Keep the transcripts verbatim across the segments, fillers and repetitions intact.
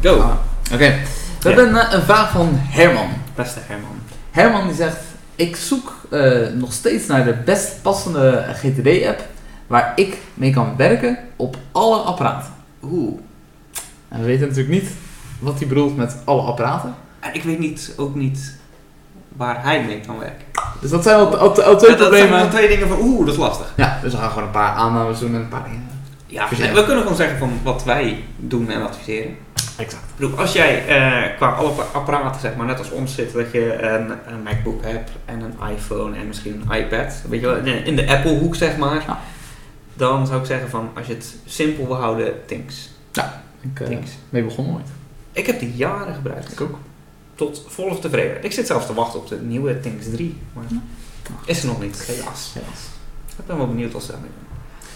Go! Ah, Oké, okay. we ja. hebben uh, een vraag van Herman. Beste Herman. Herman die zegt, ik zoek uh, nog steeds naar de best passende G T D-app waar ik mee kan werken op alle apparaten. Oeh. En we weten natuurlijk niet wat hij bedoelt met alle apparaten. Ik weet niet, ook niet waar hij mee kan werken. Dus dat zijn al, al, al twee ja, dat problemen. zijn al twee dingen van, oeh, dat is lastig. Ja, dus we gaan gewoon een paar aannames doen en een paar dingen. Ja, nee, we kunnen gewoon zeggen van wat wij doen en adviseren. Exact. Ik bedoel, als jij uh, qua alle apparaten, zeg maar, net als ons zit, dat je een, een MacBook hebt en een iPhone en misschien een iPad, weet je wel, in de Apple hoek, zeg maar, ja. Dan zou ik zeggen van, als je het simpel wil houden, Things. Ja, ik uh, Things. mee begonnen ooit. Ik heb die jaren gebruikt. Ik ook. Tot volle tevredenheid. Ik zit zelfs te wachten op de nieuwe Things drie, maar ja. Is er nog niet, helaas. helaas. Ik ben wel benieuwd wat ze daarmee doen.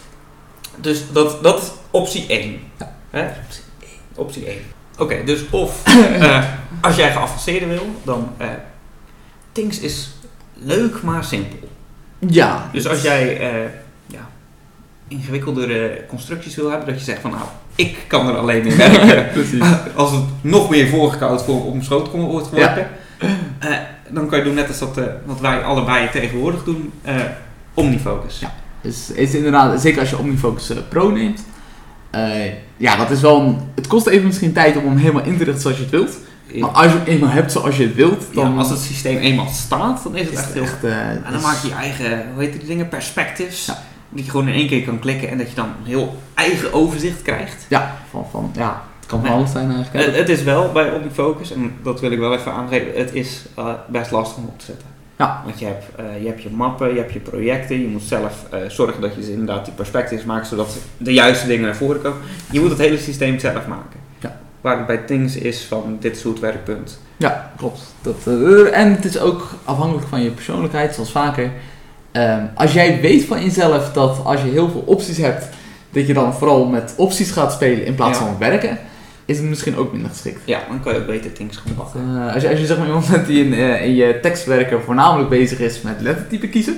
Dus dat, dat is optie één. Ja. Hè? Optie één. Oké, okay, dus of uh, als jij geavanceerder wil, dan uh, Things is leuk maar simpel. Ja. Dus als jij uh, ja, ingewikkeldere constructies wil hebben, dat je zegt van nou, ik kan er alleen in werken. Precies. Als het nog meer voorgekoud voor op mijn schoot wordt geworpen, ja. uh, dan kan je doen net als dat, uh, wat wij allebei tegenwoordig doen, uh, OmniFocus. Ja. Dus is inderdaad, zeker als je OmniFocus uh, Pro neemt, uh, ja, dat is wel een, het kost even misschien tijd om hem helemaal in te richten zoals je het wilt. Ja. Maar als je het eenmaal hebt zoals je het wilt, dan... Ja, als het systeem eenmaal staat, dan is het is echt het heel... Echt, uh, en dan dus maak je je eigen, hoe heet die dingen, perspectives. Ja. Dat je gewoon in één keer kan klikken en dat je dan een heel eigen overzicht krijgt. Ja, van, van, ja het kan van nee. alles zijn eigenlijk. Het, het is wel bij OmniFocus, en dat wil ik wel even aangeven, het is uh, best lastig om op te zetten. Ja. Want je hebt, uh, je hebt je mappen, je hebt je projecten, je moet zelf uh, zorgen dat je ze inderdaad die perspectives maakt, zodat de juiste dingen naar voren komen. Je moet het hele systeem zelf maken. Ja. Waar het bij Things is van, dit is hoe het werkt, punt. Ja, klopt. Dat, uh, en het is ook afhankelijk van je persoonlijkheid, zoals vaker. Um, als jij weet van jezelf dat als je heel veel opties hebt, dat je dan vooral met opties gaat spelen in plaats ja. van werken, is het misschien ook minder geschikt. Ja, dan kan je ook beter Things gaan pakken. Uh, als je, als je zeg maar iemand bent die in, uh, in je tekstwerken voornamelijk bezig is met lettertype kiezen,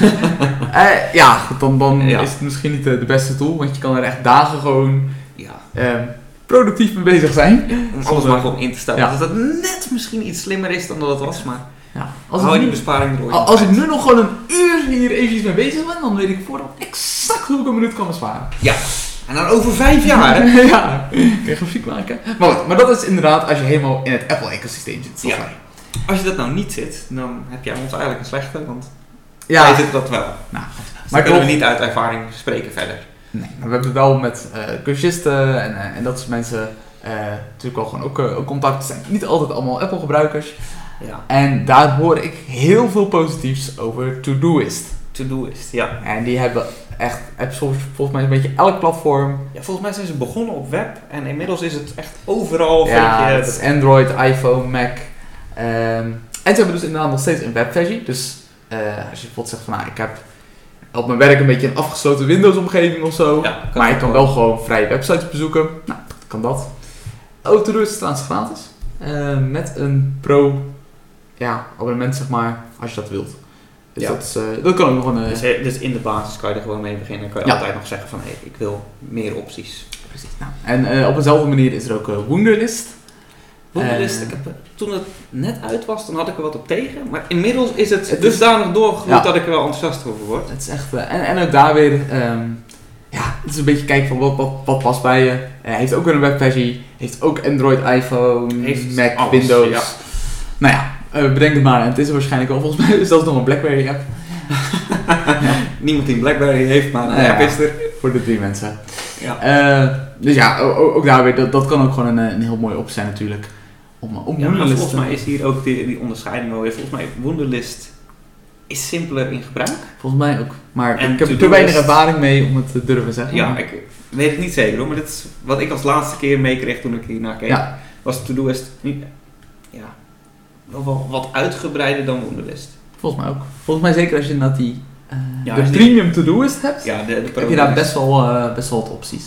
uh, ja, dan, dan ja. is het misschien niet de, de beste tool, want je kan er echt dagen gewoon ja. um, productief mee bezig zijn. Om alles maar gewoon in te stellen. Ja. Dat het net misschien iets slimmer is dan dat het was, maar ja. Als hou je die besparing erdoor. Als ik nu nog gewoon een uur hier eventjes mee bezig ben, dan weet ik vooraf exact hoe ik een minuut kan besparen. Ja. En dan over vijf jaar, hè? Ja, kun je grafiek maken. Maar goed, maar dat is inderdaad als je helemaal in het Apple-ecosysteem zit, zoals ja. wij. Als je dat nou niet zit, dan heb jij ons eigenlijk een slechte, want ja. wij zitten dat wel. Nou, dus maar kunnen we niet uit ervaring spreken verder. Nee, maar we hebben wel met uh, cursisten en, uh, en dat soort mensen uh, natuurlijk wel gewoon ook, uh, ook contact. Het zijn niet altijd allemaal Apple-gebruikers. Ja. En daar hoor ik heel veel positiefs over Todoist. Todoist, ja. En die hebben echt, volgens, volgens mij een beetje elk platform. Ja, volgens mij zijn ze begonnen op web en inmiddels is het echt overal. Ja, je, het is Android, iPhone, Mac. Um, en ze hebben dus inderdaad nog steeds een webversie. Dus uh, als je bijvoorbeeld zegt van nou, ik heb op mijn werk een beetje een afgesloten Windows omgeving of zo. Ja, maar ik kan wel gewoon vrije websites bezoeken. Nou, kan dat. Oh, Todoist is trouwens gratis. Uh, met een pro ja, abonnement zeg maar, als je dat wilt. Dus ja. dat, is, uh, dat kan ook nog een... Uh, dus, dus in de basis kan je er gewoon mee beginnen. En kan je ja. altijd nog zeggen van, hé, hey, ik wil meer opties. Precies. Nou, en uh, op dezelfde manier is er ook uh, Wunderlist. Wunderlist, uh, ik heb, toen het net uit was, dan had ik er wat op tegen. Maar inmiddels is het, het dusdanig doorgegroeid ja. dat ik er wel enthousiast over word. Het is echt... Uh, en, en ook daar weer... Um, ja, het is een beetje kijken van wat, wat, wat past bij je. Hij uh, heeft ook weer een webversie. Heeft ook Android, iPhone, heeft Mac, alles, Windows. Ja. Nou ja. Uh, bedenk het maar, en het is er waarschijnlijk al volgens mij zelfs nog een BlackBerry app. ja. Niemand die een BlackBerry heeft, maar een uh, app ja, is er. Voor de drie mensen. Ja. Uh, dus ja, ook, ook daar weer, dat, dat kan ook gewoon een, een heel mooi optie zijn natuurlijk. Om, om ja, maar volgens mij is hier ook die, die onderscheiding wel weer. Volgens mij Wunderlist is simpeler in gebruik. Volgens mij ook, maar en ik heb er te weinig ervaring mee om het te durven zeggen. Ja, ik weet het niet zeker hoor, maar dit is wat ik als laatste keer meekreeg toen ik hier naar keek. Ja. Was Todoist niet... Ja... wel wat uitgebreider dan Wunderlist. Volgens mij ook. Volgens mij zeker als je dat die uh, ja, de premium Todoist hebt, ja, de, de heb je daar best wel, uh, best wel wat opties.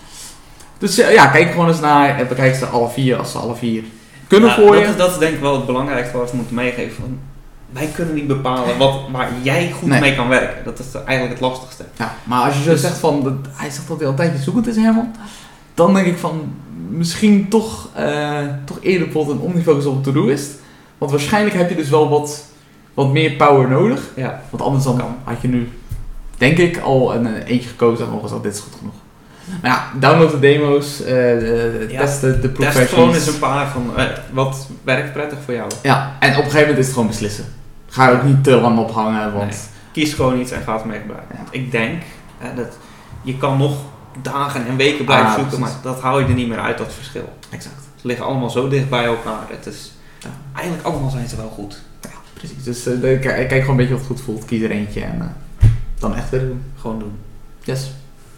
Dus uh, ja, kijk gewoon eens naar en bekijk ze alle vier als ze alle vier kunnen ja, voor dat je. Is, dat is denk ik wel het belangrijkste wat we moeten meegeven. Van, wij kunnen niet bepalen wat, waar jij goed nee. mee kan werken. Dat is eigenlijk het lastigste. Ja, maar als je zo dus, zegt van, dat, hij zegt dat hij al een tijdje zoekend is, Herman. dan denk ik van misschien toch, uh, toch eerder bijvoorbeeld een Omnifocus op een Todoist. Want waarschijnlijk heb je dus wel wat, wat meer power nodig. Ja. Want anders dan kan. Had je nu, denk ik, al een, een eentje gekozen en nog eens al dit is goed genoeg. Maar ja, download de demo's, uh, de, ja, test de, de professions. Test gewoon eens een paar van uh, wat werkt prettig voor jou. Ja, en op een gegeven moment is het gewoon beslissen. Ga er ook niet te lang op hangen, want... Nee. Kies gewoon iets en ga het mee gebruiken. Ja. Ik denk, uh, dat je kan nog dagen en weken blijven ah, zoeken, precies. Maar dat hou je er niet meer uit, dat verschil. Exact. Ze liggen allemaal zo dicht bij elkaar. Het is, ja. Eigenlijk allemaal zijn ze wel goed. Ja, precies. Dus uh, de, kijk gewoon een beetje wat goed voelt, kies er eentje en uh, dan echt weer doen. Gewoon doen. Yes.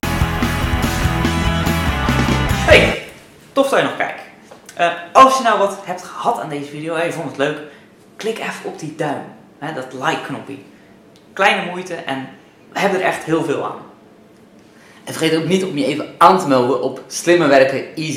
Hey, tof dat je nog kijkt. Uh, als je nou wat hebt gehad aan deze video en je vond het leuk, klik even op die duim, hè, dat like knopje. Kleine moeite en we hebben er echt heel veel aan. En vergeet ook niet om je even aan te melden op Slimmer Werken Easy.